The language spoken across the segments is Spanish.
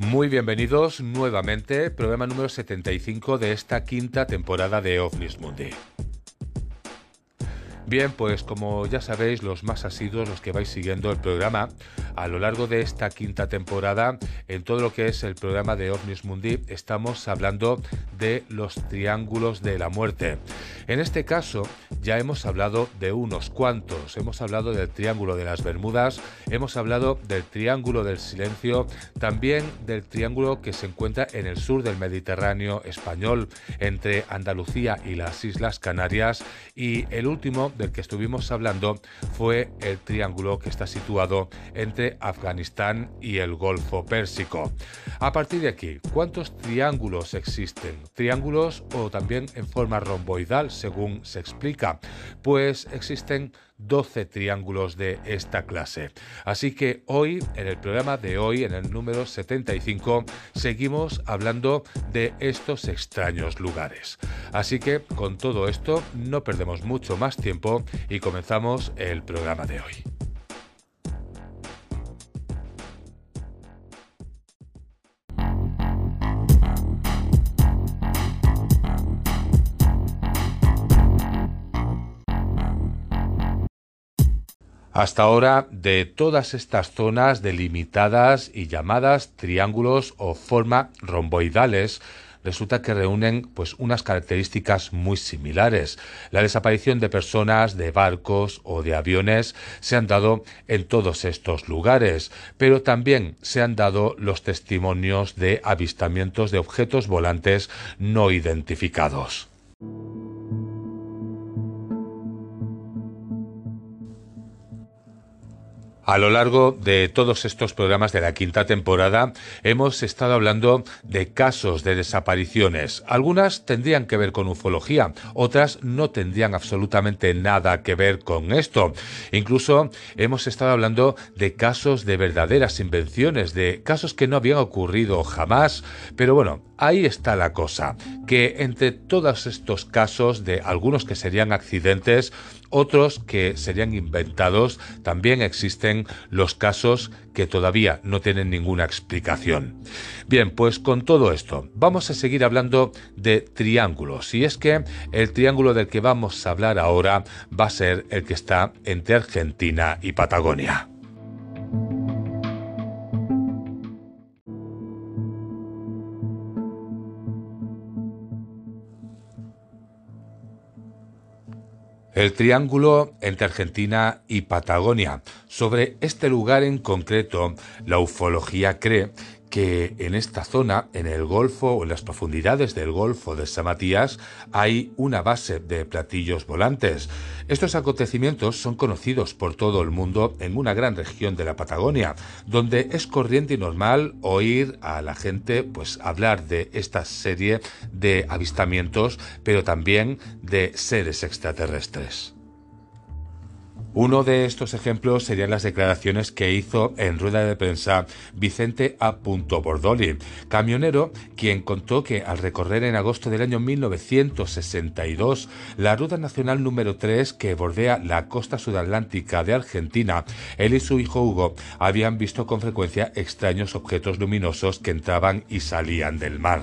Muy bienvenidos nuevamente, programa número 75 de esta quinta temporada de Ovnis Mundi. Bien, pues como ya sabéis, los más asiduos, los que vais siguiendo el programa, a lo largo de esta quinta temporada, en todo lo que es el programa de Ovnis Mundi, estamos hablando de los triángulos de la muerte. En este caso, ya hemos hablado de unos cuantos. Hemos hablado del Triángulo de las Bermudas, hemos hablado del Triángulo del Silencio, también del triángulo que se encuentra en el sur del Mediterráneo español, entre Andalucía y las Islas Canarias, y el último del que estuvimos hablando fue el triángulo que está situado entre Afganistán y el Golfo Pérsico. A partir de aquí, ¿cuántos triángulos existen? ¿Triángulos o también en forma romboidal, según se explica? Pues existen 12 triángulos de esta clase. Así que hoy, en el programa de hoy, en el número 75, seguimos hablando de estos extraños lugares. Así que con todo esto no perdemos mucho más tiempo y comenzamos el programa de hoy. Hasta ahora, de todas estas zonas delimitadas y llamadas triángulos o forma romboidales, resulta que reúnen pues unas características muy similares. La desaparición de personas, de barcos o de aviones se han dado en todos estos lugares, pero también se han dado los testimonios de avistamientos de objetos volantes no identificados. A lo largo de todos estos programas de la quinta temporada hemos estado hablando de casos de desapariciones. Algunas tendrían que ver con ufología, otras no tendrían absolutamente nada que ver con esto. Incluso hemos estado hablando de casos de verdaderas invenciones, de casos que no habían ocurrido jamás. Pero bueno, ahí está la cosa, que entre todos estos casos, de algunos que serían accidentes, otros que serían inventados, también existen los casos que todavía no tienen ninguna explicación. Bien, pues con todo esto vamos a seguir hablando de triángulos, y es que el triángulo del que vamos a hablar ahora va a ser el que está entre Argentina y Patagonia. El triángulo entre Argentina y Patagonia. Sobre este lugar en concreto, la ufología cree que en esta zona, en el Golfo o en las profundidades del Golfo de San Matías, hay una base de platillos volantes. Estos acontecimientos son conocidos por todo el mundo en una gran región de la Patagonia, donde es corriente y normal oír a la gente pues hablar de esta serie de avistamientos, pero también de seres extraterrestres. Uno de estos ejemplos serían las declaraciones que hizo en rueda de prensa Vicente A. Bordoli, camionero, quien contó que al recorrer en agosto del año 1962 la ruta nacional número 3 que bordea la costa sudatlántica de Argentina, él y su hijo Hugo habían visto con frecuencia extraños objetos luminosos que entraban y salían del mar.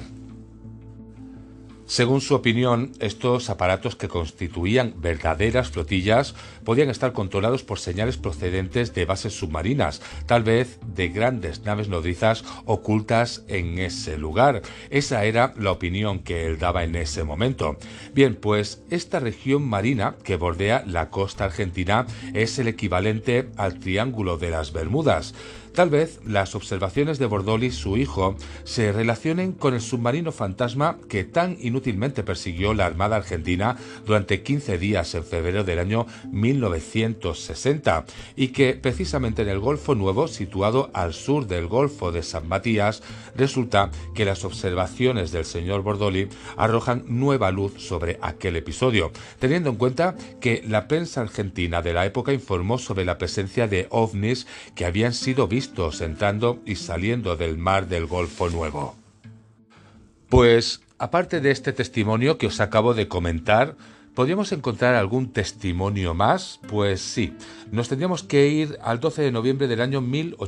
Según su opinión, estos aparatos, que constituían verdaderas flotillas, podían estar controlados por señales procedentes de bases submarinas, tal vez de grandes naves nodrizas ocultas en ese lugar. Esa era la opinión que él daba en ese momento. Bien, pues esta región marina que bordea la costa argentina es el equivalente al Triángulo de las Bermudas. Tal vez las observaciones de Bordoli, su hijo, se relacionen con el submarino fantasma que tan inútilmente persiguió la Armada Argentina durante 15 días en febrero del año 1960 y que precisamente en el Golfo Nuevo, situado al sur del Golfo de San Matías, resulta que las observaciones del señor Bordoli arrojan nueva luz sobre aquel episodio, teniendo en cuenta que la prensa argentina de la época informó sobre la presencia de ovnis que habían sido vistos entrando y saliendo del mar del Golfo Nuevo. Pues, aparte de este testimonio que os acabo de comentar, ¿Podríamos encontrar algún testimonio más? Pues sí, nos tendríamos que ir al 12 de noviembre del año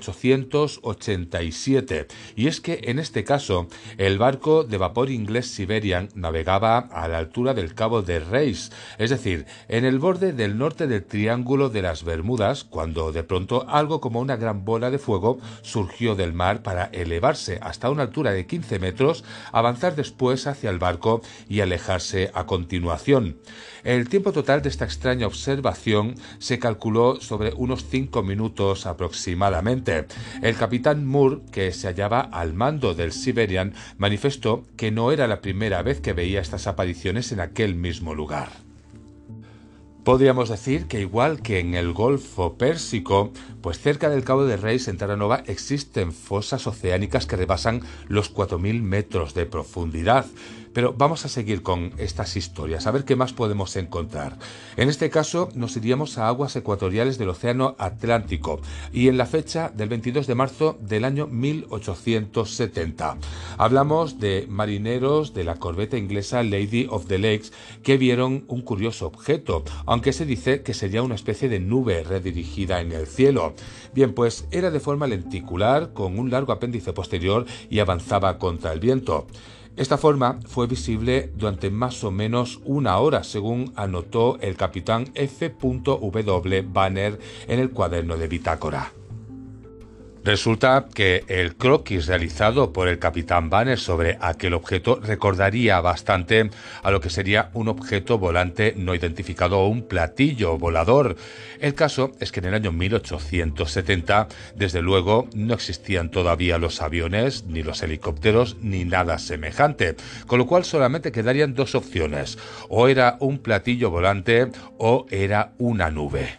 1887. Y es que en este caso, el barco de vapor inglés Siberian navegaba a la altura del Cabo de Reis, es decir, en el borde del norte del Triángulo de las Bermudas, cuando de pronto algo como una gran bola de fuego surgió del mar para elevarse hasta una altura de 15 metros, avanzar después hacia el barco y alejarse a continuación. El tiempo total de esta extraña observación se calculó sobre unos 5 minutos aproximadamente. El capitán Moore, que se hallaba al mando del Siberian, manifestó que no era la primera vez que veía estas apariciones en aquel mismo lugar. Podríamos decir que igual que en el Golfo Pérsico, pues cerca del Cabo de Reis en Terranova existen fosas oceánicas que rebasan los 4.000 metros de profundidad. Pero vamos a seguir con estas historias, a ver qué más podemos encontrar. En este caso nos iríamos a aguas ecuatoriales del Océano Atlántico y en la fecha del 22 de marzo del año 1870. Hablamos de marineros de la corbeta inglesa Lady of the Lakes que vieron un curioso objeto, aunque se dice que sería una especie de nube redirigida en el cielo. Bien, pues era de forma lenticular, con un largo apéndice posterior y avanzaba contra el viento. Esta forma fue visible durante más o menos una hora, según anotó el capitán F. W. Banner en el cuaderno de bitácora. Resulta que el croquis realizado por el capitán Banner sobre aquel objeto recordaría bastante a lo que sería un objeto volante no identificado o un platillo volador. El caso es que en el año 1870, desde luego, no existían todavía los aviones, ni los helicópteros, ni nada semejante, con lo cual solamente quedarían dos opciones: o era un platillo volante o era una nube.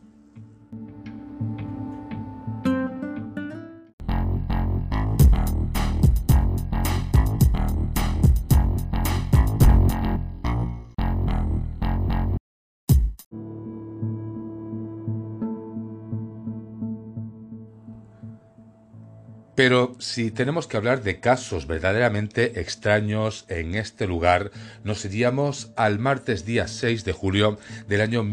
Pero si tenemos que hablar de casos verdaderamente extraños en este lugar, nos iríamos al martes día 6 de julio del año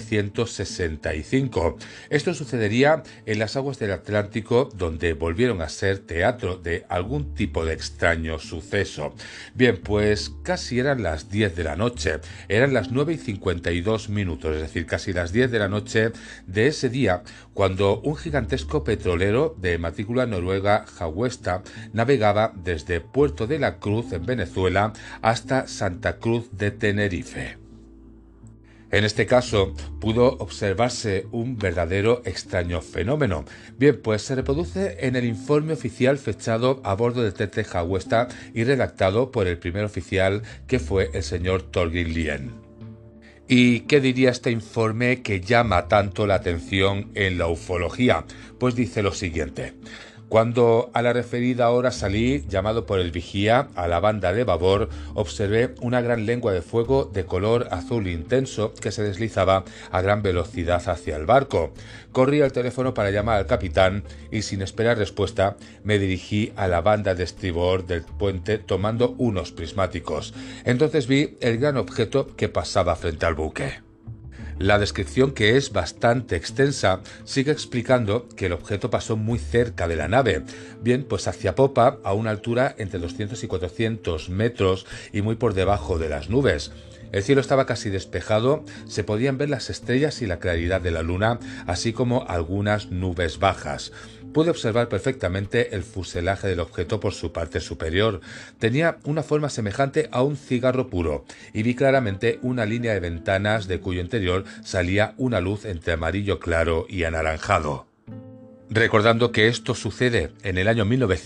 1965. Esto sucedería en las aguas del Atlántico, donde volvieron a ser teatro de algún tipo de extraño suceso. Bien, pues casi eran las 10 de la noche, eran las 9:52, es decir, casi las 10 de la noche de ese día, cuando un gigantesco petrolero de matrícula noruega Jawesta navegaba desde Puerto de la Cruz en Venezuela hasta Santa Cruz de Tenerife. En este caso, pudo observarse un verdadero extraño fenómeno. Bien, pues se reproduce en el informe oficial fechado a bordo del TT Jawesta y redactado por el primer oficial, que fue el señor Torgil Lien. ¿Y qué diría este informe que llama tanto la atención en la ufología? Pues dice lo siguiente: cuando a la referida hora salí, llamado por el vigía, a la banda de babor, observé una gran lengua de fuego de color azul intenso que se deslizaba a gran velocidad hacia el barco. Corrí al teléfono para llamar al capitán y, sin esperar respuesta, me dirigí a la banda de estribor del puente tomando unos prismáticos. Entonces vi el gran objeto que pasaba frente al buque. La descripción, que es bastante extensa, sigue explicando que el objeto pasó muy cerca de la nave, bien, pues hacia popa, a una altura entre 200 y 400 metros y muy por debajo de las nubes. El cielo estaba casi despejado, se podían ver las estrellas y la claridad de la luna, así como algunas nubes bajas. Pude observar perfectamente el fuselaje del objeto por su parte superior. Tenía una forma semejante a un cigarro puro y vi claramente una línea de ventanas de cuyo interior salía una luz entre amarillo claro y anaranjado. Recordando que esto sucede en el año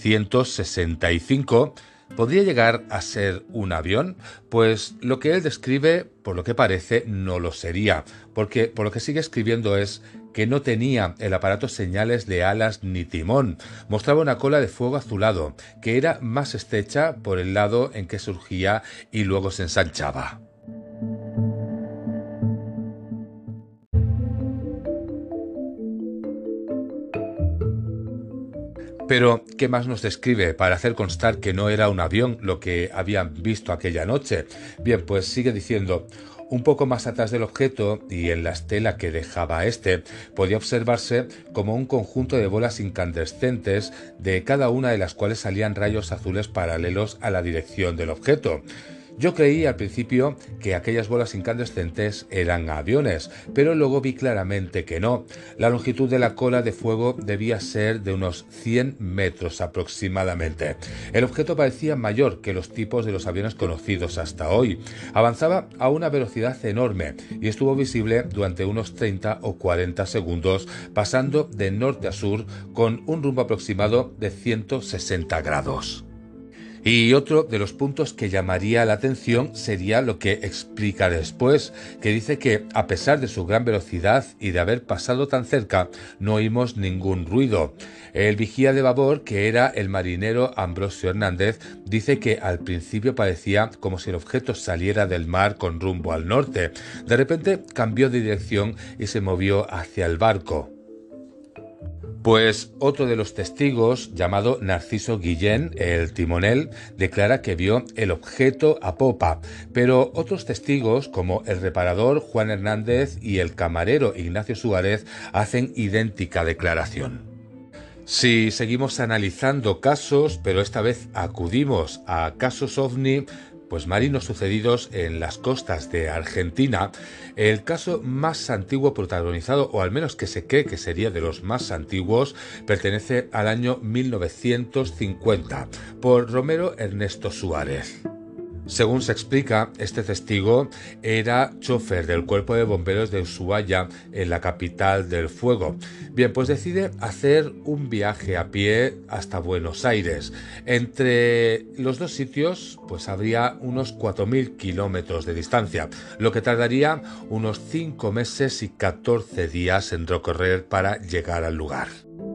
1965, ¿podría llegar a ser un avión? Pues lo que él describe, por lo que parece, no lo sería, porque por lo que sigue escribiendo es que no tenía el aparato señales de alas ni timón. Mostraba una cola de fuego azulado, que era más estrecha por el lado en que surgía y luego se ensanchaba. Pero, ¿qué más nos describe para hacer constar que no era un avión lo que habían visto aquella noche? Bien, pues sigue diciendo: un poco más atrás del objeto y en la estela que dejaba este, podía observarse como un conjunto de bolas incandescentes, de cada una de las cuales salían rayos azules paralelos a la dirección del objeto. Yo creí al principio que aquellas bolas incandescentes eran aviones, pero luego vi claramente que no. La longitud de la cola de fuego debía ser de unos 100 metros aproximadamente. El objeto parecía mayor que los tipos de los aviones conocidos hasta hoy. Avanzaba a una velocidad enorme y estuvo visible durante unos 30 o 40 segundos, pasando de norte a sur con un rumbo aproximado de 160 grados. Y otro de los puntos que llamaría la atención sería lo que explica después, que dice que a pesar de su gran velocidad y de haber pasado tan cerca, no oímos ningún ruido. El vigía de babor, que era el marinero Ambrosio Hernández, dice que al principio parecía como si el objeto saliera del mar con rumbo al norte. De repente cambió de dirección y se movió hacia el barco. Pues otro de los testigos, llamado Narciso Guillén, el timonel, declara que vio el objeto a popa, pero otros testigos, como el reparador Juan Hernández y el camarero Ignacio Suárez, hacen idéntica declaración. Si seguimos analizando casos, pero esta vez acudimos a casos ovni, pues marinos sucedidos en las costas de Argentina, el caso más antiguo protagonizado, o al menos que se cree que sería de los más antiguos, pertenece al año 1950, por Romero Ernesto Suárez. Según se explica, este testigo era chofer del cuerpo de bomberos de Ushuaia, en la capital del fuego. Bien, pues decide hacer un viaje a pie hasta Buenos Aires. Entre los dos sitios, pues habría unos 4.000 kilómetros de distancia, lo que tardaría unos 5 meses y 14 días en recorrer para llegar al lugar.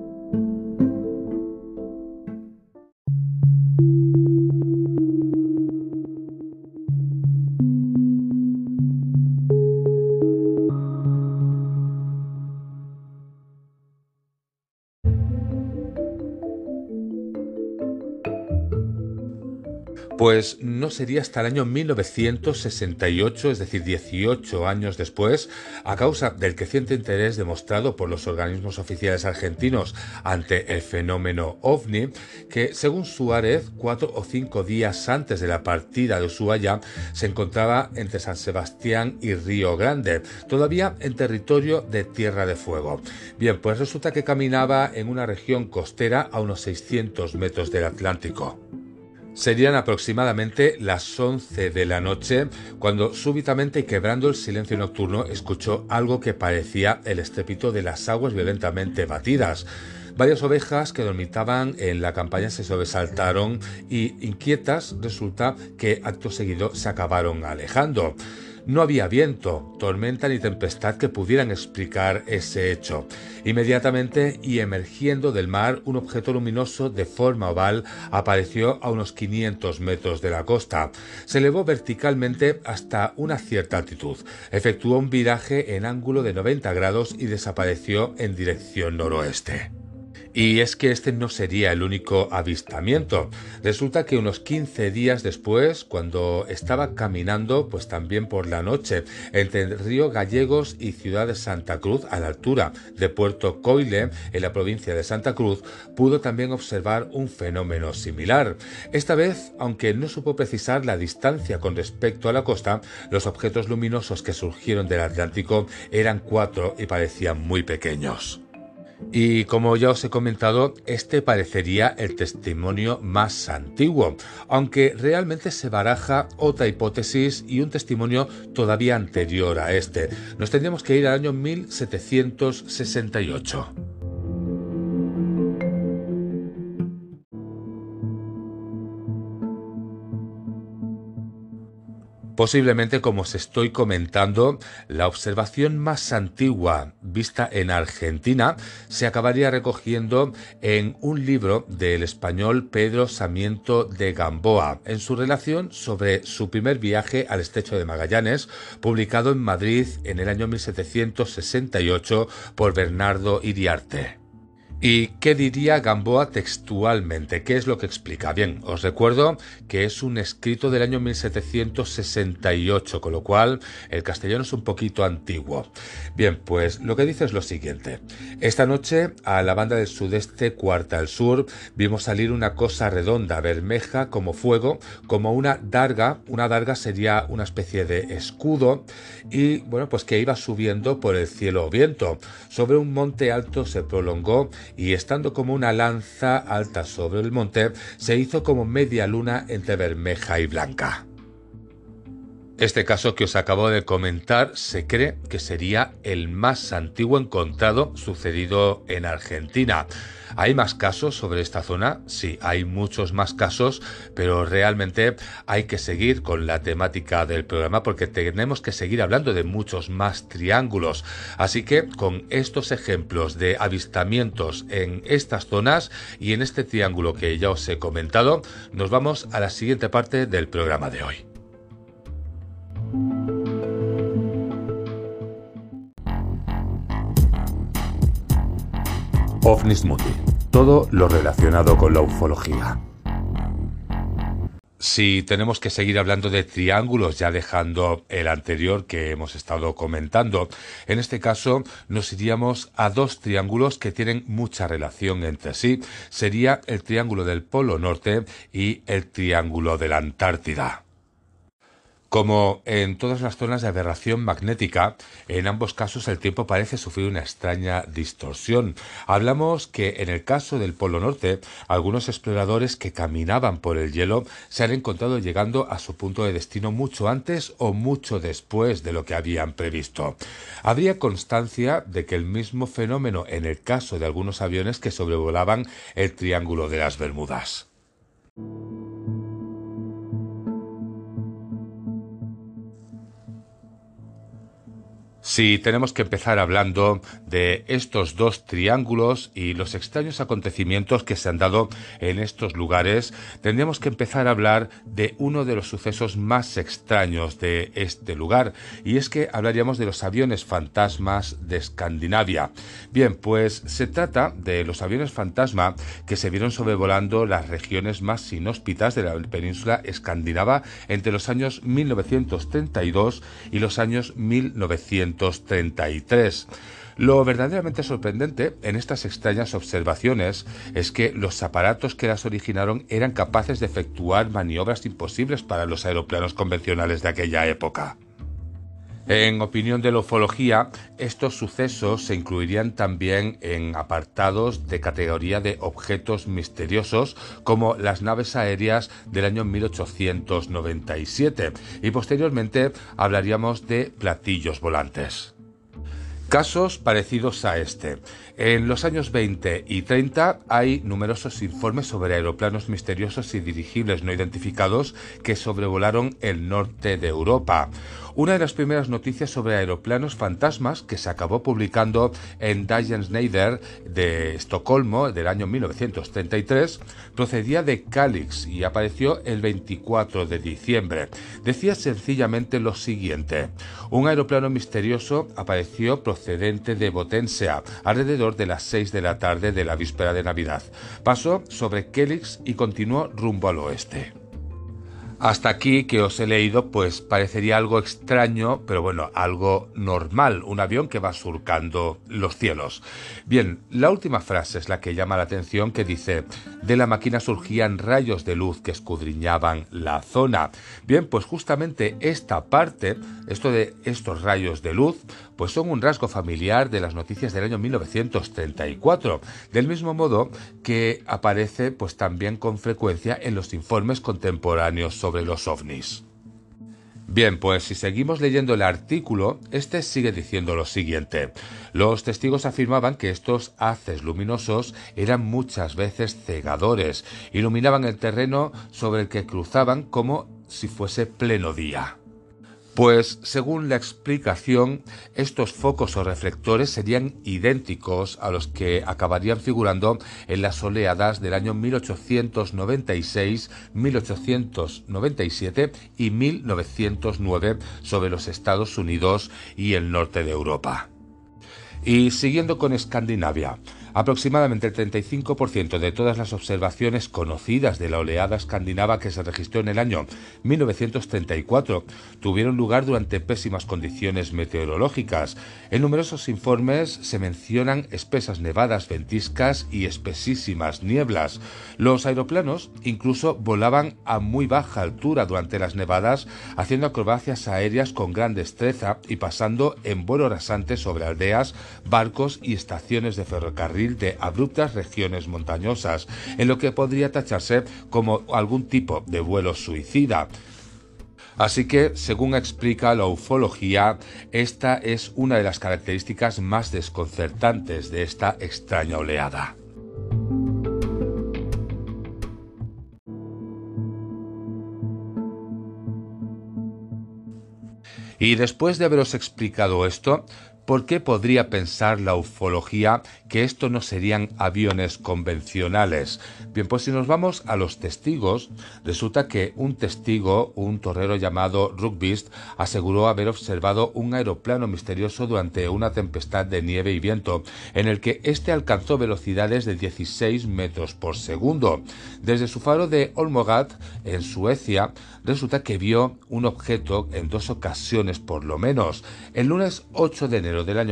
Pues no sería hasta el año 1968, es decir, 18 años después, a causa del creciente interés demostrado por los organismos oficiales argentinos ante el fenómeno ovni, que según Suárez, 4 o 5 días antes de la partida de Ushuaia, se encontraba entre San Sebastián y Río Grande, todavía en territorio de Tierra de Fuego. Bien, pues resulta que caminaba en una región costera a unos 600 metros del Atlántico. Serían aproximadamente las 11 de la noche cuando súbitamente y quebrando el silencio nocturno escuchó algo que parecía el estrépito de las aguas violentamente batidas. Varias ovejas que dormitaban en la campaña se sobresaltaron y, inquietas, resulta que acto seguido se acabaron alejando. No había viento, tormenta ni tempestad que pudieran explicar ese hecho. Inmediatamente y emergiendo del mar, un objeto luminoso de forma oval apareció a unos 500 metros de la costa. Se elevó verticalmente hasta una cierta altitud, efectuó un viraje en ángulo de 90 grados y desapareció en dirección noroeste. Y es que este no sería el único avistamiento. Resulta que unos 15 días después, cuando estaba caminando, pues también por la noche, entre el río Gallegos y Ciudad de Santa Cruz, a la altura de Puerto Coile, en la provincia de Santa Cruz, pudo también observar un fenómeno similar. Esta vez, aunque no supo precisar la distancia con respecto a la costa, los objetos luminosos que surgieron del Atlántico eran 4 y parecían muy pequeños. Y como ya os he comentado, este parecería el testimonio más antiguo, aunque realmente se baraja otra hipótesis y un testimonio todavía anterior a este. Nos tendríamos que ir al año 1768. Posiblemente, como os estoy comentando, la observación más antigua vista en Argentina se acabaría recogiendo en un libro del español Pedro Sarmiento de Gamboa, en su relación sobre su primer viaje al Estrecho de Magallanes, publicado en Madrid en el año 1768 por Bernardo Iriarte. ¿Y qué diría Gamboa textualmente? ¿Qué es lo que explica? Bien, os recuerdo que es un escrito del año 1768, con lo cual el castellano es un poquito antiguo. Bien, pues lo que dice es lo siguiente. Esta noche, a la banda del sudeste, cuarta al sur, vimos salir una cosa redonda, bermeja como fuego, como una darga. Una darga sería una especie de escudo y, bueno, pues que iba subiendo por el cielo o viento. Sobre un monte alto se prolongó y estando como una lanza alta sobre el monte, se hizo como media luna entre bermeja y blanca. Este caso que os acabo de comentar se cree que sería el más antiguo encontrado sucedido en Argentina. ¿Hay más casos sobre esta zona? Sí, hay muchos más casos, pero realmente hay que seguir con la temática del programa porque tenemos que seguir hablando de muchos más triángulos. Así que con estos ejemplos de avistamientos en estas zonas y en este triángulo que ya os he comentado, nos vamos a la siguiente parte del programa de hoy. OVNIS Mundi, todo lo relacionado con la ufología. Si tenemos que seguir hablando de triángulos, ya dejando el anterior que hemos estado comentando, en este caso nos iríamos a dos triángulos que tienen mucha relación entre sí. Sería el triángulo del Polo Norte y el triángulo de la Antártida. Como en todas las zonas de aberración magnética, en ambos casos el tiempo parece sufrir una extraña distorsión. Hablamos que en el caso del Polo Norte, algunos exploradores que caminaban por el hielo se han encontrado llegando a su punto de destino mucho antes o mucho después de lo que habían previsto. Habría constancia de que el mismo fenómeno en el caso de algunos aviones que sobrevolaban el Triángulo de las Bermudas. Si tenemos que empezar hablando de estos dos triángulos y los extraños acontecimientos que se han dado en estos lugares, tendríamos que empezar a hablar de uno de los sucesos más extraños de este lugar, y es que hablaríamos de los aviones fantasmas de Escandinavia. Bien, pues se trata de los aviones fantasma que se vieron sobrevolando las regiones más inhóspitas de la península escandinava entre los años 1932 y los años 1933. Lo verdaderamente sorprendente en estas extrañas observaciones es que los aparatos que las originaron eran capaces de efectuar maniobras imposibles para los aeroplanos convencionales de aquella época. En opinión de la ufología, estos sucesos se incluirían también en apartados de categoría de objetos misteriosos como las naves aéreas del año 1897 y posteriormente hablaríamos de platillos volantes. Casos parecidos a este. En los años 20 y 30 hay numerosos informes sobre aeroplanos misteriosos y dirigibles no identificados que sobrevolaron el norte de Europa. Una de las primeras noticias sobre aeroplanos fantasmas que se acabó publicando en Dagens Nyheter de Estocolmo del año 1933 procedía de Kalix y apareció el 24 de diciembre. Decía sencillamente lo siguiente: un aeroplano misterioso apareció procedente de Botensea alrededor de las 6 de la tarde de la víspera de Navidad. Pasó sobre Kalix y continuó rumbo al oeste. Hasta aquí que os he leído, pues parecería algo extraño, pero bueno, algo normal, un avión que va surcando los cielos. Bien, la última frase es la que llama la atención, que dice: de la máquina surgían rayos de luz que escudriñaban la zona. Bien, pues justamente esta parte, esto de estos rayos de luz, pues son un rasgo familiar de las noticias del año 1934, del mismo modo que aparece pues también con frecuencia en los informes contemporáneos sobre los ovnis. Bien, pues si seguimos leyendo el artículo, este sigue diciendo lo siguiente: los testigos afirmaban que estos haces luminosos eran muchas veces cegadores, iluminaban el terreno sobre el que cruzaban como si fuese pleno día. Pues, según la explicación, estos focos o reflectores serían idénticos a los que acabarían figurando en las oleadas del año 1896, 1897 y 1909 sobre los Estados Unidos y el norte de Europa. Y siguiendo con Escandinavia, Aproximadamente el 35% de todas las observaciones conocidas de la oleada escandinava que se registró en el año 1934 tuvieron lugar durante pésimas condiciones meteorológicas. En numerosos informes se mencionan espesas nevadas ventiscas y espesísimas nieblas. Los aeroplanos incluso volaban a muy baja altura durante las nevadas, haciendo acrobacias aéreas con gran destreza y pasando en vuelo rasante sobre aldeas, barcos y estaciones de ferrocarril de abruptas regiones montañosas, en lo que podría tacharse como algún tipo de vuelo suicida. Así que, según explica la ufología, esta es una de las características más desconcertantes de esta extraña oleada. Y después de haberos explicado esto, ¿por qué podría pensar la ufología que esto no serían aviones convencionales? Bien, pues si nos vamos a los testigos, resulta que un testigo, un torero llamado Rugvist, aseguró haber observado un aeroplano misterioso durante una tempestad de nieve y viento, en el que éste alcanzó velocidades de 16 metros por segundo. Desde su faro de Olmogad, en Suecia, resulta que vio un objeto en 2 ocasiones por lo menos. El lunes 8 de enero del año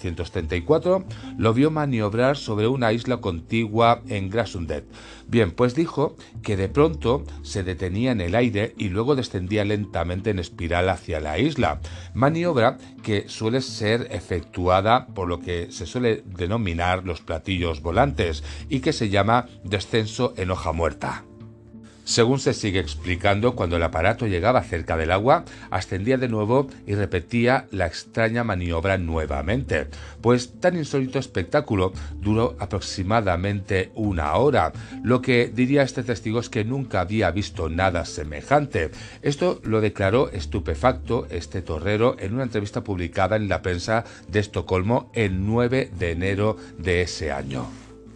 1934 lo vio maniobrar sobre una isla contigua en Grasundet. Bien, pues dijo que de pronto se detenía en el aire y luego descendía lentamente en espiral hacia la isla, maniobra que suele ser efectuada por lo que se suele denominar los platillos volantes y que se llama descenso en hoja muerta. Según se sigue explicando, cuando el aparato llegaba cerca del agua, ascendía de nuevo y repetía la extraña maniobra nuevamente. Pues tan insólito espectáculo duró aproximadamente 1 hora. Lo que diría este testigo es que nunca había visto nada semejante. Esto lo declaró estupefacto este torrero en una entrevista publicada en la prensa de Estocolmo el 9 de enero de ese año.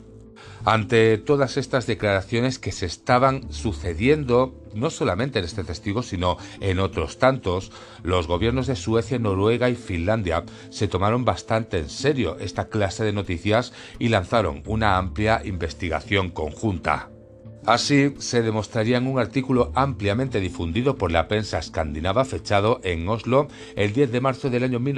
Ante todas estas declaraciones que se estaban sucediendo, no solamente en este testigo, sino en otros tantos, los gobiernos de Suecia, Noruega y Finlandia se tomaron bastante en serio esta clase de noticias y lanzaron una amplia investigación conjunta. Así, se demostraría en un artículo ampliamente difundido por la prensa escandinava fechado en Oslo el 10 de marzo del año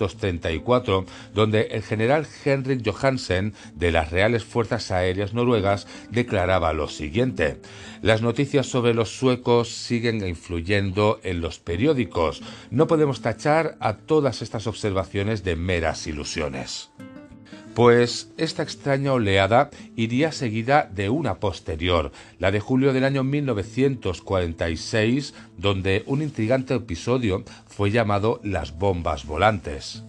1934, donde el general Henrik Johansen de las Reales Fuerzas Aéreas Noruegas declaraba lo siguiente: las noticias sobre los suecos siguen influyendo en los periódicos. No podemos tachar a todas estas observaciones de meras ilusiones. Pues esta extraña oleada iría seguida de una posterior, la de julio del año 1946, donde un intrigante episodio fue llamado las bombas volantes.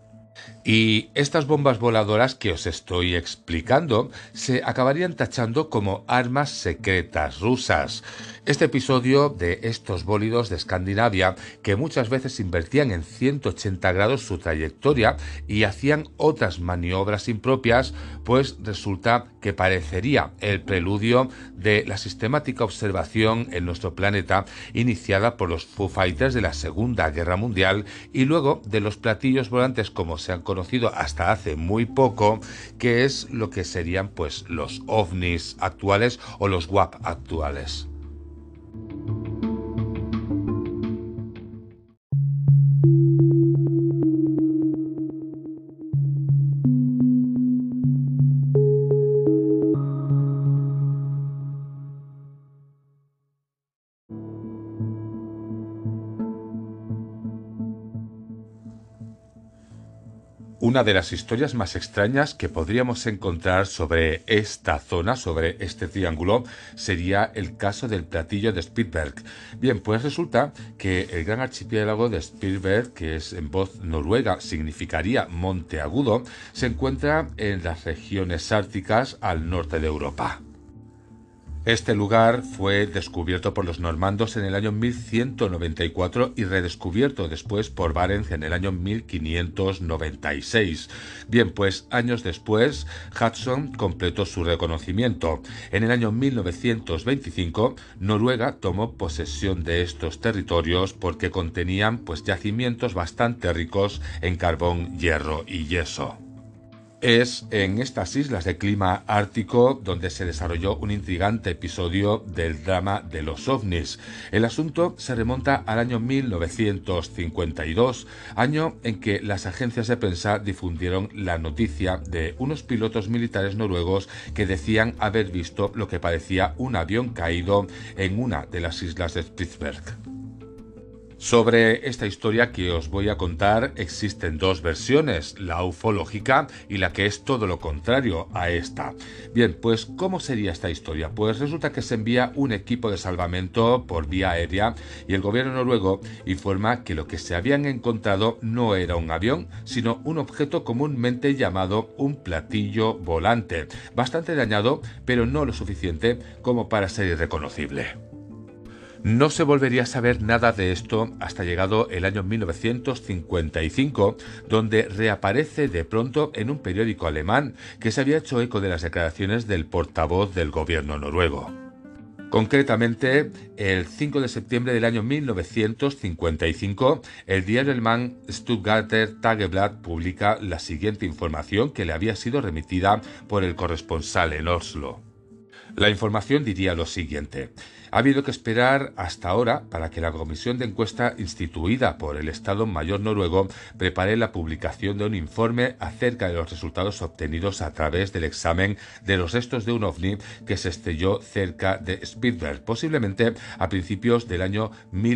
Y estas bombas voladoras que os estoy explicando se acabarían tachando como armas secretas rusas. Este episodio de estos bólidos de Escandinavia, que muchas veces invertían en 180 grados su trayectoria y hacían otras maniobras impropias, pues resulta que parecería el preludio de la sistemática observación en nuestro planeta iniciada por los Foo Fighters de la Segunda Guerra Mundial y luego de los platillos volantes como se han conocido hasta hace muy poco, que es lo que serían pues los ovnis actuales o los WAP actuales. Una de las historias más extrañas que podríamos encontrar sobre esta zona, sobre este triángulo, sería el caso del platillo de Spitsberg. Bien, pues resulta que el gran archipiélago de Spitsberg, que es en voz noruega significaría monte agudo, se encuentra en las regiones árticas al norte de Europa. Este lugar fue descubierto por los normandos en el año 1194 y redescubierto después por Barents en el año 1596. Bien, pues años después, Hudson completó su reconocimiento. En el año 1925, Noruega tomó posesión de estos territorios porque contenían pues yacimientos bastante ricos en carbón, hierro y yeso. Es en estas islas de clima ártico donde se desarrolló un intrigante episodio del drama de los ovnis. El asunto se remonta al año 1952, año en que las agencias de prensa difundieron la noticia de unos pilotos militares noruegos que decían haber visto lo que parecía un avión caído en una de las islas de Spitsbergen. Sobre esta historia que os voy a contar existen dos versiones, la ufológica y la que es todo lo contrario a esta. Bien, pues ¿cómo sería esta historia? Pues resulta que se envía un equipo de salvamento por vía aérea y el gobierno noruego informa que lo que se habían encontrado no era un avión, sino un objeto comúnmente llamado un platillo volante, bastante dañado, pero no lo suficiente como para ser irreconocible. No se volvería a saber nada de esto hasta llegado el año 1955, donde reaparece de pronto en un periódico alemán que se había hecho eco de las declaraciones del portavoz del gobierno noruego. Concretamente, el 5 de septiembre del año 1955, el diario alemán Stuttgarter Tageblatt publica la siguiente información que le había sido remitida por el corresponsal en Oslo. La información diría lo siguiente: ha habido que esperar hasta ahora para que la comisión de encuesta instituida por el Estado Mayor noruego prepare la publicación de un informe acerca de los resultados obtenidos a través del examen de los restos de un ovni que se estrelló cerca de Spitsbergen, posiblemente a principios del año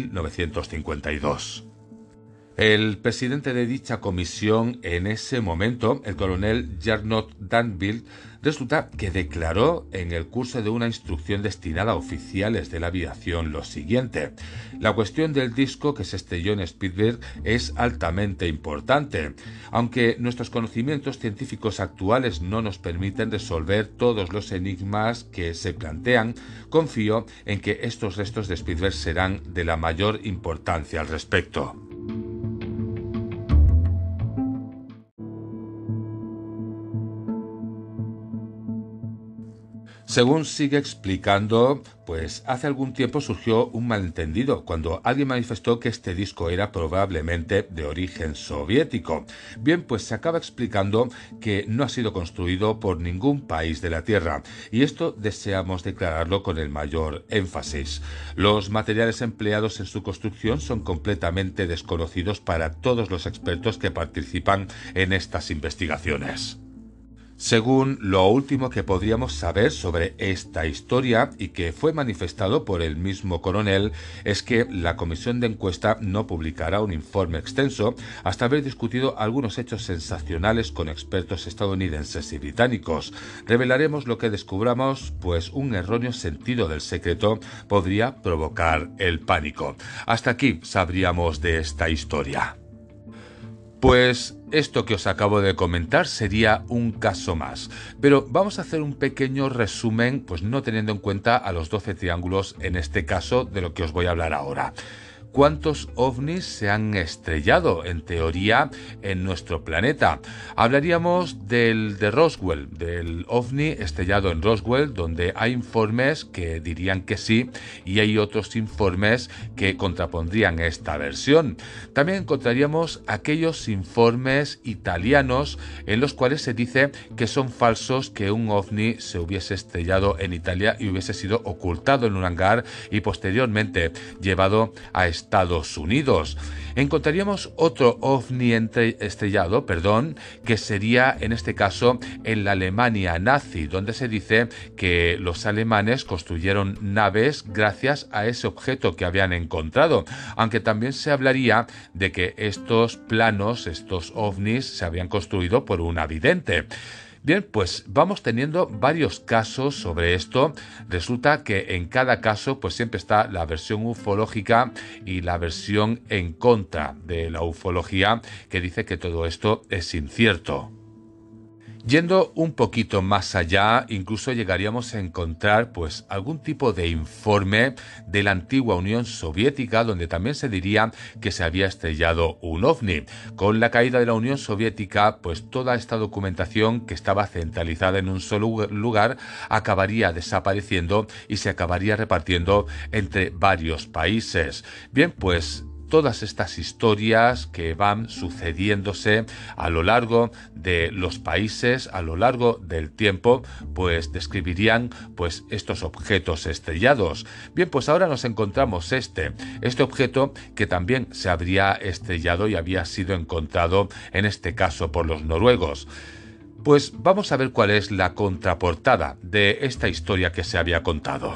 1952. El presidente de dicha comisión en ese momento, el coronel Gernot Danville, resulta que declaró en el curso de una instrucción destinada a oficiales de la aviación lo siguiente: la cuestión del disco que se estrelló en Spitsbergen es altamente importante. Aunque nuestros conocimientos científicos actuales no nos permiten resolver todos los enigmas que se plantean, confío en que estos restos de Spitsbergen serán de la mayor importancia al respecto. Según sigue explicando, pues hace algún tiempo surgió un malentendido cuando alguien manifestó que este disco era probablemente de origen soviético. Bien, pues se acaba explicando que no ha sido construido por ningún país de la Tierra, y esto deseamos declararlo con el mayor énfasis. Los materiales empleados en su construcción son completamente desconocidos para todos los expertos que participan en estas investigaciones. Según lo último que podríamos saber sobre esta historia y que fue manifestado por el mismo coronel, es que la comisión de encuesta no publicará un informe extenso hasta haber discutido algunos hechos sensacionales con expertos estadounidenses y británicos. Revelaremos lo que descubramos, pues un erróneo sentido del secreto podría provocar el pánico. Hasta aquí sabríamos de esta historia. Pues esto que os acabo de comentar sería un caso más, pero vamos a hacer un pequeño resumen, pues no teniendo en cuenta a los 12 triángulos en este caso de lo que os voy a hablar ahora. ¿Cuántos ovnis se han estrellado, en teoría, en nuestro planeta? Hablaríamos de Roswell, del ovni estrellado en Roswell, donde hay informes que dirían que sí y hay otros informes que contrapondrían esta versión. También encontraríamos aquellos informes italianos en los cuales se dice que son falsos, que un ovni se hubiese estrellado en Italia y hubiese sido ocultado en un hangar y posteriormente llevado a Estados Unidos. Encontraríamos otro ovni estrellado, que sería en este caso en la Alemania nazi, donde se dice que los alemanes construyeron naves gracias a ese objeto que habían encontrado, aunque también se hablaría de que estos planos, estos ovnis, se habían construido por un vidente. Bien, pues vamos teniendo varios casos sobre esto. Resulta que en cada caso pues siempre está la versión ufológica y la versión en contra de la ufología, que dice que todo esto es incierto. Yendo un poquito más allá, incluso llegaríamos a encontrar pues algún tipo de informe de la antigua Unión Soviética, donde también se diría que se había estrellado un ovni. Con la caída de la Unión Soviética, pues toda esta documentación que estaba centralizada en un solo lugar acabaría desapareciendo y se acabaría repartiendo entre varios países. Bien, pues todas estas historias que van sucediéndose a lo largo de los países, a lo largo del tiempo, pues describirían pues estos objetos estrellados. Bien, pues ahora nos encontramos este objeto que también se habría estrellado y había sido encontrado en este caso por los noruegos. Pues vamos a ver cuál es la contraportada de esta historia que se había contado.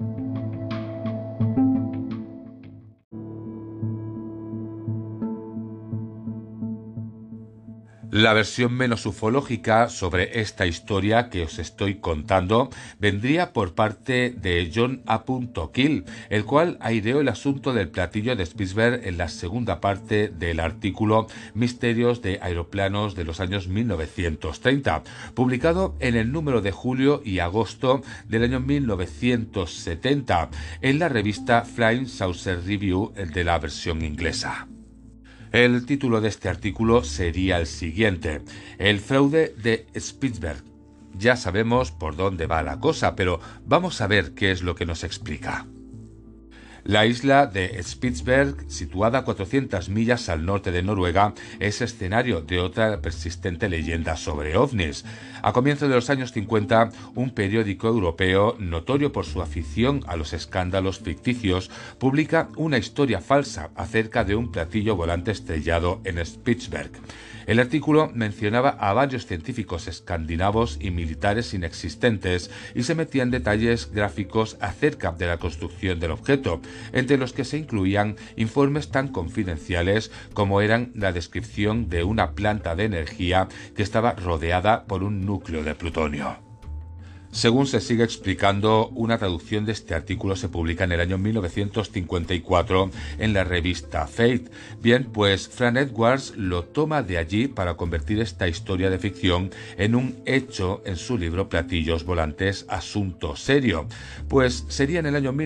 La versión menos ufológica sobre esta historia que os estoy contando vendría por parte de John A. Keel, el cual aireó el asunto del platillo de Spitsberg en la segunda parte del artículo Misterios de aeroplanos de los años 1930, publicado en el número de julio y agosto del año 1970 en la revista Flying Saucer Review de la versión inglesa. El título de este artículo sería el siguiente: El fraude de Spitsberg. Ya sabemos por dónde va la cosa, pero vamos a ver qué es lo que nos explica. La isla de Spitsberg, situada a 400 millas al norte de Noruega, es escenario de otra persistente leyenda sobre ovnis. A comienzos de los años 50, un periódico europeo, notorio por su afición a los escándalos ficticios, publica una historia falsa acerca de un platillo volante estrellado en Spitsberg. El artículo mencionaba a varios científicos escandinavos y militares inexistentes y se metía en detalles gráficos acerca de la construcción del objeto, entre los que se incluían informes tan confidenciales como eran la descripción de una planta de energía que estaba rodeada por un núcleo de plutonio. Según se sigue explicando, una traducción de este artículo se publica en el año 1954 en la revista Fate. Bien, pues Frank Edwards lo toma de allí para convertir esta historia de ficción en un hecho en su libro Platillos Volantes, Asunto Serio. Pues sería en el año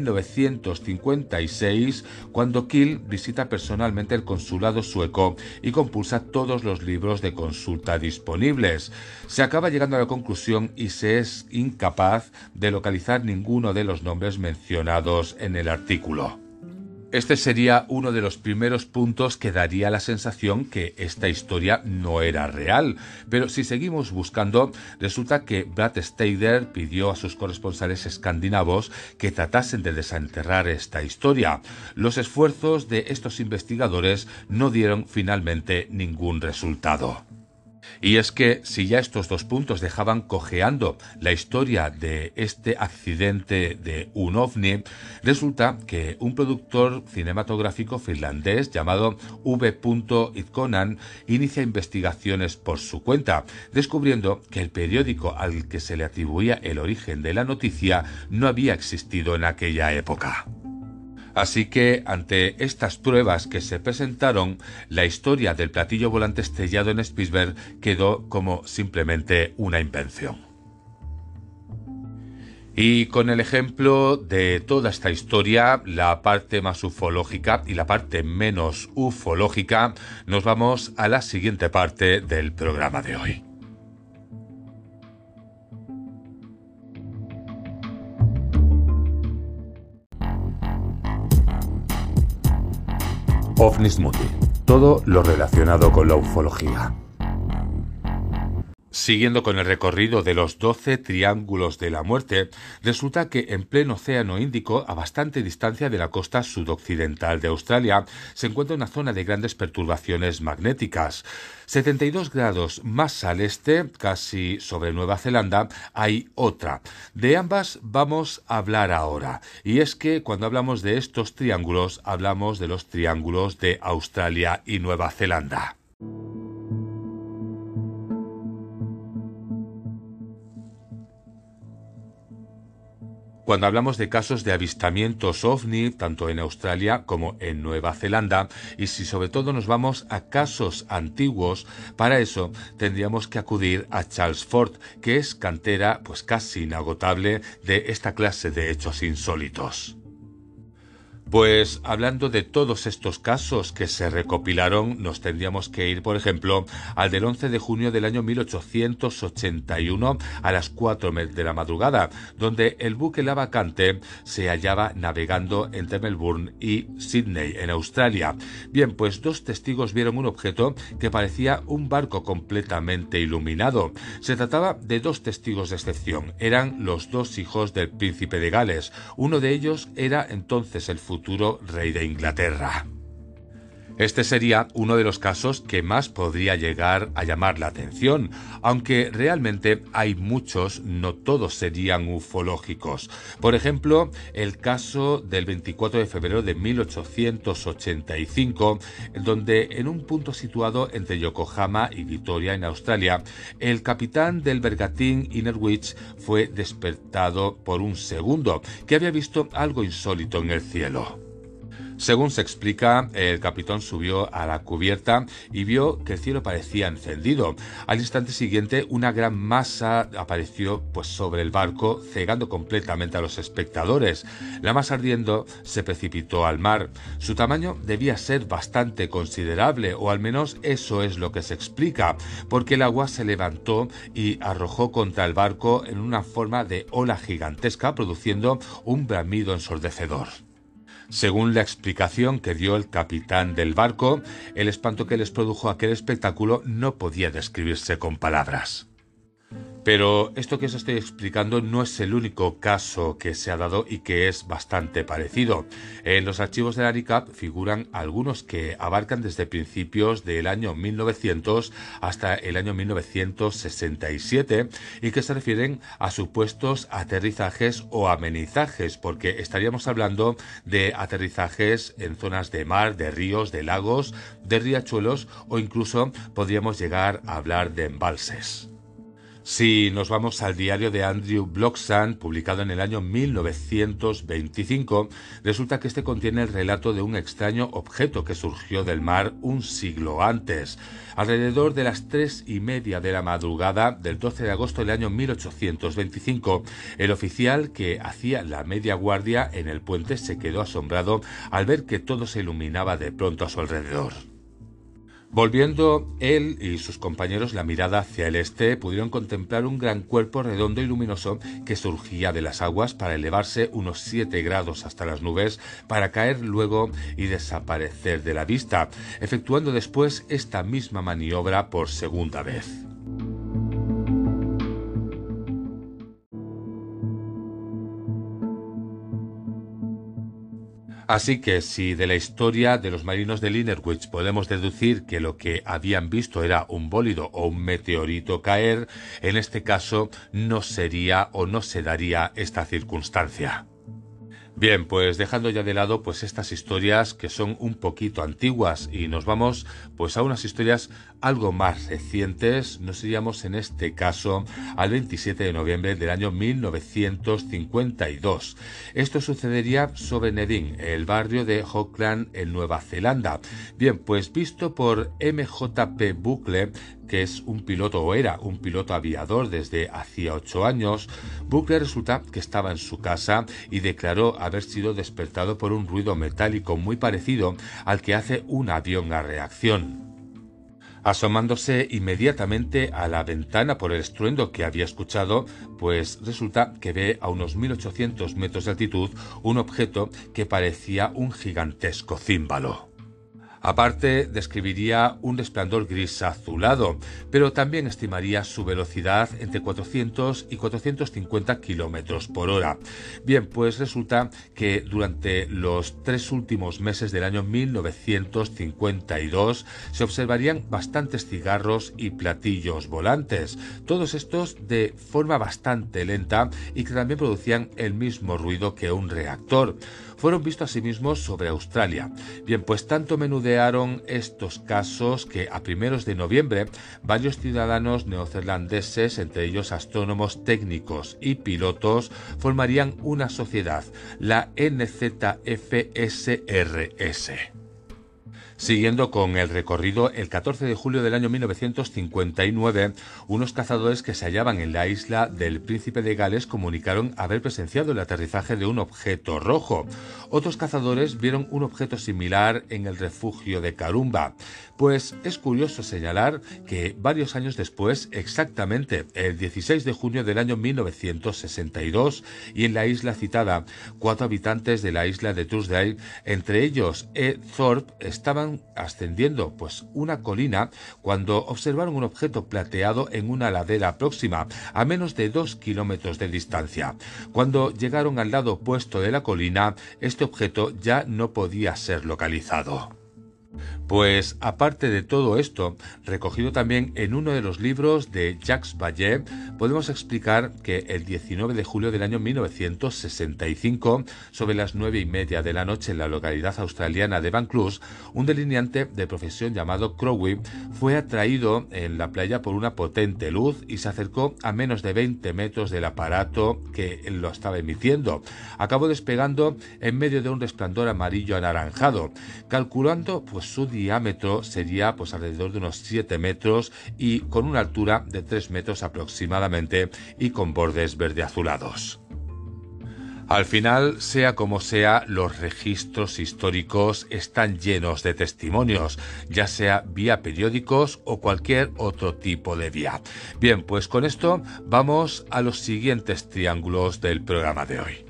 1956 cuando Keel visita personalmente el consulado sueco y compulsa todos los libros de consulta disponibles. Se acaba llegando a la conclusión y se es incapaz de localizar ninguno de los nombres mencionados en el artículo. Este sería uno de los primeros puntos que daría la sensación que esta historia no era real, pero si seguimos buscando, resulta que Brad Steider pidió a sus corresponsales escandinavos que tratasen de desenterrar esta historia. Los esfuerzos de estos investigadores no dieron finalmente ningún resultado. Y es que si ya estos dos puntos dejaban cojeando la historia de este accidente de un ovni, resulta que un productor cinematográfico finlandés llamado V. Itkonen inicia investigaciones por su cuenta, descubriendo que el periódico al que se le atribuía el origen de la noticia no había existido en aquella época. Así que, ante estas pruebas que se presentaron, la historia del platillo volante estrellado en Spitsberg quedó como simplemente una invención. Y con el ejemplo de toda esta historia, la parte más ufológica y la parte menos ufológica, nos vamos a la siguiente parte del programa de hoy. OVNIS Mundi, todo lo relacionado con la ufología. Siguiendo con el recorrido de los 12 triángulos de la muerte, resulta que en pleno océano Índico, a bastante distancia de la costa sudoccidental de Australia, se encuentra una zona de grandes perturbaciones magnéticas. 72 grados más al este, casi sobre Nueva Zelanda, hay otra. De ambas vamos a hablar ahora. Y es que cuando hablamos de estos triángulos, hablamos de los triángulos de Australia y Nueva Zelanda. Cuando hablamos de casos de avistamientos ovni, tanto en Australia como en Nueva Zelanda, y si sobre todo nos vamos a casos antiguos, para eso tendríamos que acudir a Charles Fort, que es cantera pues casi inagotable de esta clase de hechos insólitos. Pues hablando de todos estos casos que se recopilaron, nos tendríamos que ir, por ejemplo, al del 11 de junio del año 1881 a las 4 de la madrugada, donde el buque La Vacante se hallaba navegando entre Melbourne y Sydney, en Australia. Bien, pues dos testigos vieron un objeto que parecía un barco completamente iluminado. Se trataba de dos testigos de excepción. Eran los dos hijos del príncipe de Gales. Uno de ellos era entonces el futuro rey de Inglaterra. Este sería uno de los casos que más podría llegar a llamar la atención, aunque realmente hay muchos, no todos serían ufológicos. Por ejemplo, el caso del 24 de febrero de 1885, donde en un punto situado entre Yokohama y Victoria, en Australia, el capitán del bergantín Innerwich fue despertado por un segundo, que había visto algo insólito en el cielo. Según se explica, el capitán subió a la cubierta y vio que el cielo parecía encendido. Al instante siguiente, una gran masa apareció sobre el barco, cegando completamente a los espectadores. La masa ardiendo se precipitó al mar. Su tamaño debía ser bastante considerable, o al menos eso es lo que se explica, porque el agua se levantó y arrojó contra el barco en una forma de ola gigantesca, produciendo un bramido ensordecedor. Según la explicación que dio el capitán del barco, el espanto que les produjo aquel espectáculo no podía describirse con palabras. Pero esto que os estoy explicando no es el único caso que se ha dado y que es bastante parecido. En los archivos de la ANICAP figuran algunos que abarcan desde principios del año 1900 hasta el año 1967 y que se refieren a supuestos aterrizajes o amenizajes, porque estaríamos hablando de aterrizajes en zonas de mar, de ríos, de lagos, de riachuelos, o incluso podríamos llegar a hablar de embalses. Si nos vamos al diario de Andrew Bloxham, publicado en el año 1925, resulta que este contiene el relato de un extraño objeto que surgió del mar un siglo antes. Alrededor de las 3:30 de la madrugada del 12 de agosto del año 1825, el oficial que hacía la media guardia en el puente se quedó asombrado al ver que todo se iluminaba de pronto a su alrededor. Volviendo él y sus compañeros la mirada hacia el este, pudieron contemplar un gran cuerpo redondo y luminoso que surgía de las aguas para elevarse unos 7 grados hasta las nubes, para caer luego y desaparecer de la vista, efectuando después esta misma maniobra por segunda vez. Así que si de la historia de los marinos del Innerwich podemos deducir que lo que habían visto era un bólido o un meteorito caer, en este caso no sería o no se daría esta circunstancia. Bien, pues dejando ya de lado estas historias que son un poquito antiguas y nos vamos a unas historias algo más recientes, nos iríamos en este caso al 27 de noviembre del año 1952. Esto sucedería sobre Nedin, el barrio de Auckland en Nueva Zelanda. Bien, pues visto por MJP Bucle, que es un piloto o era un piloto aviador desde hacía 8 años, Bucle resulta que estaba en su casa y declaró haber sido despertado por un ruido metálico muy parecido al que hace un avión a reacción. Asomándose inmediatamente a la ventana por el estruendo que había escuchado, pues resulta que ve a unos 1800 metros de altitud un objeto que parecía un gigantesco címbalo. Aparte, describiría un resplandor gris azulado, pero también estimaría su velocidad entre 400 y 450 kilómetros por hora. Bien, pues resulta que durante los 3 últimos meses del año 1952 se observarían bastantes cigarros y platillos volantes, todos estos de forma bastante lenta y que también producían el mismo ruido que un reactor. Fueron vistos asimismo sobre Australia. Bien, pues tanto menudearon estos casos que a primeros de noviembre varios ciudadanos neozelandeses, entre ellos astrónomos, técnicos y pilotos, formarían una sociedad, la NZFSRS. Siguiendo con el recorrido, el 14 de julio del año 1959, unos cazadores que se hallaban en la isla del Príncipe de Gales comunicaron haber presenciado el aterrizaje de un objeto rojo. Otros cazadores vieron un objeto similar en el refugio de Karumba. Pues es curioso señalar que varios años después, exactamente el 16 de junio del año 1962, y en la isla citada, 4 habitantes de la isla de Truesdale, entre ellos Ed Thorpe, estaban ascendiendo pues una colina cuando observaron un objeto plateado en una ladera próxima, a menos de 2 kilómetros de distancia. Cuando llegaron al lado opuesto de la colina, este objeto ya no podía ser localizado. Pues aparte de todo esto, recogido también en uno de los libros de Jacques Vallée, podemos explicar que el 19 de julio del año 1965, sobre las 9:30 de la noche en la localidad australiana de Vaucluse, un delineante de profesión llamado Crowley fue atraído en la playa por una potente luz y se acercó a menos de 20 metros del aparato que lo estaba emitiendo. Acabó despegando en medio de un resplandor amarillo anaranjado. Calculando pues su diámetro sería pues alrededor de unos 7 metros y con una altura de 3 metros aproximadamente y con bordes verde azulados. Al final, sea como sea, los registros históricos están llenos de testimonios, ya sea vía periódicos o cualquier otro tipo de vía. Bien, pues con esto vamos a los siguientes triángulos del programa de hoy.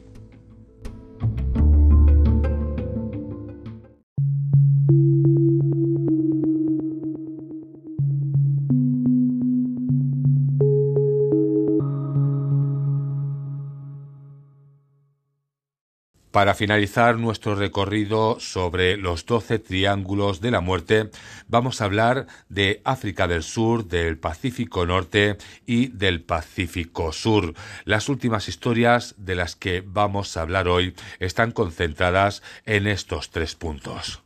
Para finalizar nuestro recorrido sobre los 12 triángulos de la muerte, vamos a hablar de África del Sur, del Pacífico Norte y del Pacífico Sur. Las últimas historias de las que vamos a hablar hoy están concentradas en estos 3 puntos.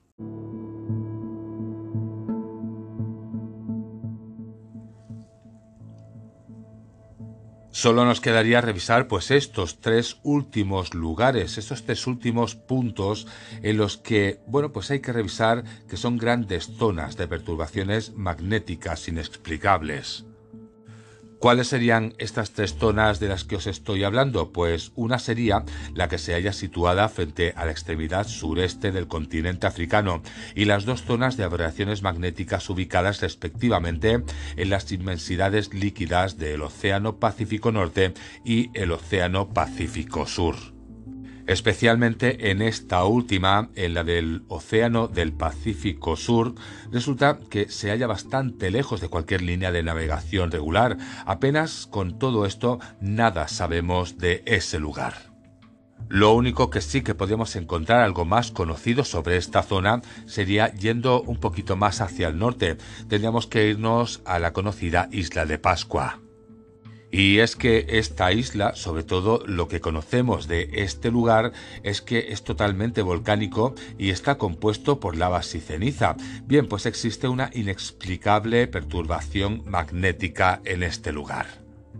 Solo nos quedaría revisar pues estos 3 últimos lugares, estos 3 últimos puntos en los que, bueno, pues hay que revisar que son grandes zonas de perturbaciones magnéticas inexplicables. ¿Cuáles serían estas 3 zonas de las que os estoy hablando? Pues una sería la que se halla situada frente a la extremidad sureste del continente africano y las 2 zonas de aberraciones magnéticas ubicadas respectivamente en las inmensidades líquidas del Océano Pacífico Norte y el Océano Pacífico Sur. Especialmente en esta última, en la del Océano del Pacífico Sur, resulta que se halla bastante lejos de cualquier línea de navegación regular. Apenas con todo esto nada sabemos de ese lugar. Lo único que sí que podemos encontrar algo más conocido sobre esta zona sería yendo un poquito más hacia el norte. Tendríamos que irnos a la conocida Isla de Pascua. Y es que esta isla, sobre todo lo que conocemos de este lugar, es que es totalmente volcánico y está compuesto por lavas y ceniza. Bien, pues existe una inexplicable perturbación magnética en este lugar.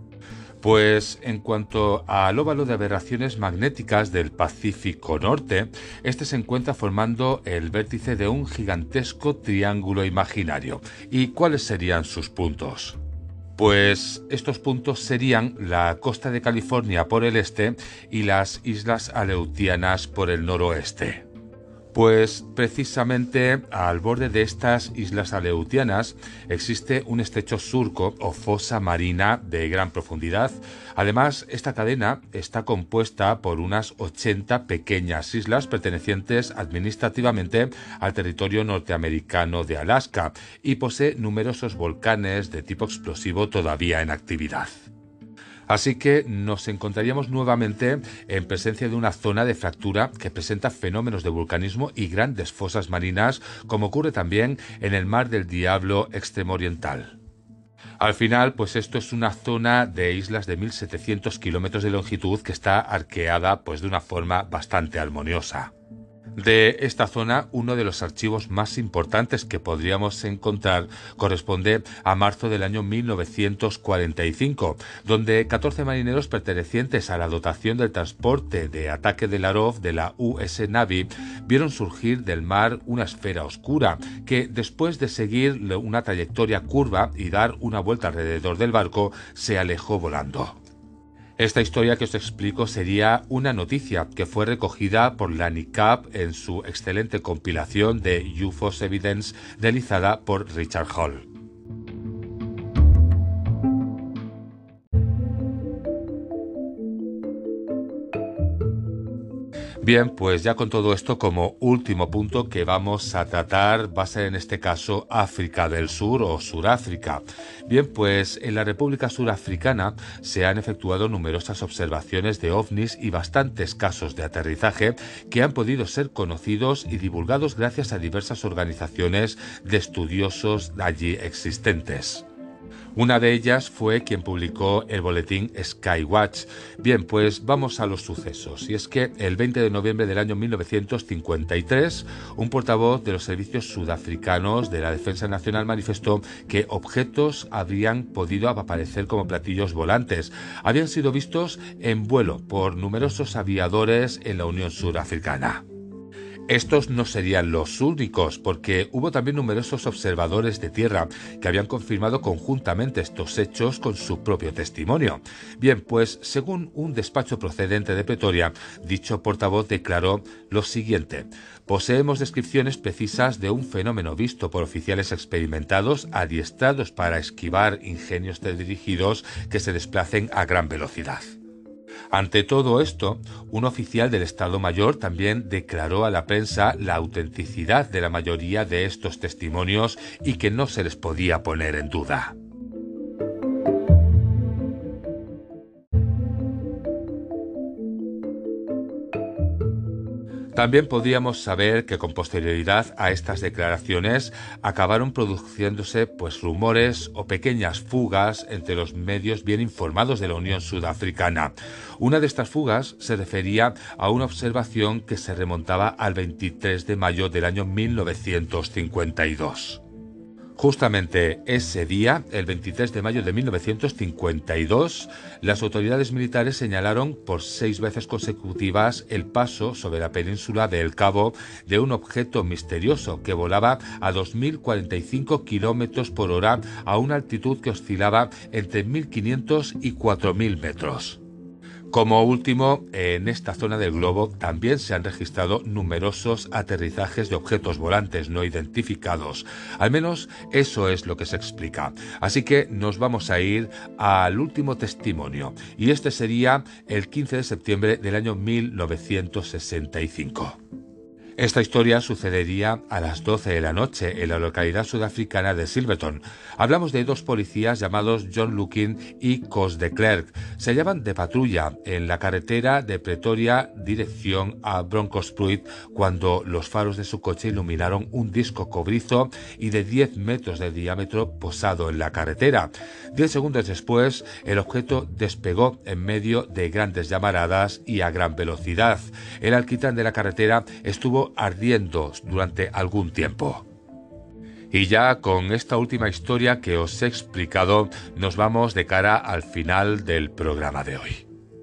Pues en cuanto al óvalo de aberraciones magnéticas del Pacífico Norte, este se encuentra formando el vértice de un gigantesco triángulo imaginario. ¿Y cuáles serían sus puntos? Pues estos puntos serían la costa de California por el este y las Islas Aleutianas por el noroeste. Pues precisamente al borde de estas islas aleutianas existe un estrecho surco o fosa marina de gran profundidad. Además, esta cadena está compuesta por unas 80 pequeñas islas pertenecientes administrativamente al territorio norteamericano de Alaska y posee numerosos volcanes de tipo explosivo todavía en actividad. Así que nos encontraríamos nuevamente en presencia de una zona de fractura que presenta fenómenos de vulcanismo y grandes fosas marinas, como ocurre también en el Mar del Diablo extremo oriental. Al final, pues esto es una zona de islas de 1.700 kilómetros de longitud que está arqueada pues de una forma bastante armoniosa. De esta zona, uno de los archivos más importantes que podríamos encontrar corresponde a marzo del año 1945, donde 14 marineros pertenecientes a la dotación del transporte de ataque de Larov de la US Navy vieron surgir del mar una esfera oscura que, después de seguir una trayectoria curva y dar una vuelta alrededor del barco, se alejó volando. Esta historia que os explico sería una noticia que fue recogida por la NICAP en su excelente compilación de UFOs Evidence realizada por Richard Hall. Bien, pues ya con todo esto como último punto que vamos a tratar va a ser en este caso África del Sur o Suráfrica. Bien, pues en la República Surafricana se han efectuado numerosas observaciones de ovnis y bastantes casos de aterrizaje que han podido ser conocidos y divulgados gracias a diversas organizaciones de estudiosos allí existentes. Una de ellas fue quien publicó el boletín Skywatch. Bien, pues vamos a los sucesos. Y es que el 20 de noviembre del año 1953, un portavoz de los servicios sudafricanos de la Defensa Nacional manifestó que objetos habrían podido aparecer como platillos volantes. Habían sido vistos en vuelo por numerosos aviadores en la Unión Surafricana. Estos no serían los únicos, porque hubo también numerosos observadores de tierra que habían confirmado conjuntamente estos hechos con su propio testimonio. Bien, pues según un despacho procedente de Pretoria, dicho portavoz declaró lo siguiente: poseemos descripciones precisas de un fenómeno visto por oficiales experimentados adiestrados para esquivar ingenios teledirigidos que se desplacen a gran velocidad. Ante todo esto, un oficial del Estado Mayor también declaró a la prensa la autenticidad de la mayoría de estos testimonios y que no se les podía poner en duda. También podíamos saber que con posterioridad a estas declaraciones acabaron produciéndose rumores o pequeñas fugas entre los medios bien informados de la Unión Sudafricana. Una de estas fugas se refería a una observación que se remontaba al 23 de mayo del año 1952. Justamente ese día, el 23 de mayo de 1952, las autoridades militares señalaron por 6 veces consecutivas el paso sobre la península de El Cabo de un objeto misterioso que volaba a 2.045 km por hora a una altitud que oscilaba entre 1.500 y 4.000 metros. Como último, en esta zona del globo también se han registrado numerosos aterrizajes de objetos volantes no identificados. Al menos eso es lo que se explica. Así que nos vamos a ir al último testimonio, y este sería el 15 de septiembre del año 1965. Esta historia sucedería a las 12 de la noche en la localidad sudafricana de Silverton. Hablamos de 2 policías llamados John Lukin y Cos de Klerk. Se hallaban de patrulla en la carretera de Pretoria dirección a Bronkhorstspruit cuando los faros de su coche iluminaron un disco cobrizo y de 10 metros de diámetro posado en la carretera. 10 segundos después, el objeto despegó en medio de grandes llamaradas y a gran velocidad. El alquitrán de la carretera estuvo ardiendo durante algún tiempo. Y ya con esta última historia que os he explicado, nos vamos de cara al final del programa de hoy.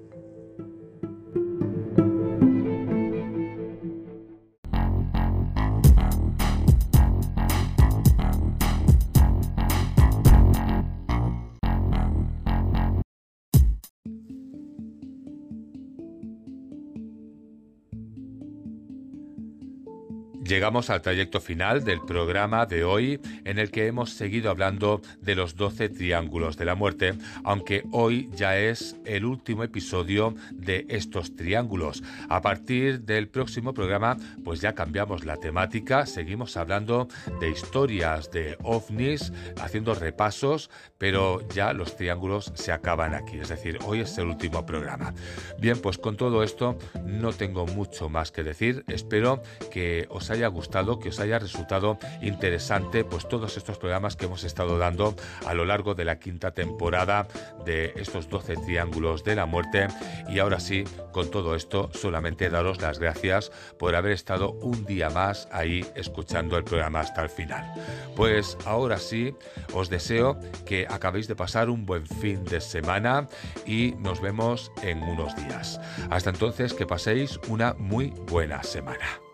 Llegamos al trayecto final del programa de hoy, en el que hemos seguido hablando de los 12 triángulos de la muerte, aunque hoy ya es el último episodio de estos triángulos. A partir del próximo programa, pues ya cambiamos la temática, seguimos hablando de historias de ovnis, haciendo repasos, pero ya los triángulos se acaban aquí, es decir, hoy es el último programa. Bien, pues con todo esto no tengo mucho más que decir, espero que os haya haya gustado, que os haya resultado interesante pues todos estos programas que hemos estado dando a lo largo de la quinta temporada de estos 12 triángulos de la muerte. Y ahora sí, con todo esto, solamente daros las gracias por haber estado un día más ahí escuchando el programa hasta el final. Pues ahora sí, os deseo que acabéis de pasar un buen fin de semana y nos vemos en unos días. Hasta entonces, que paséis una muy buena semana.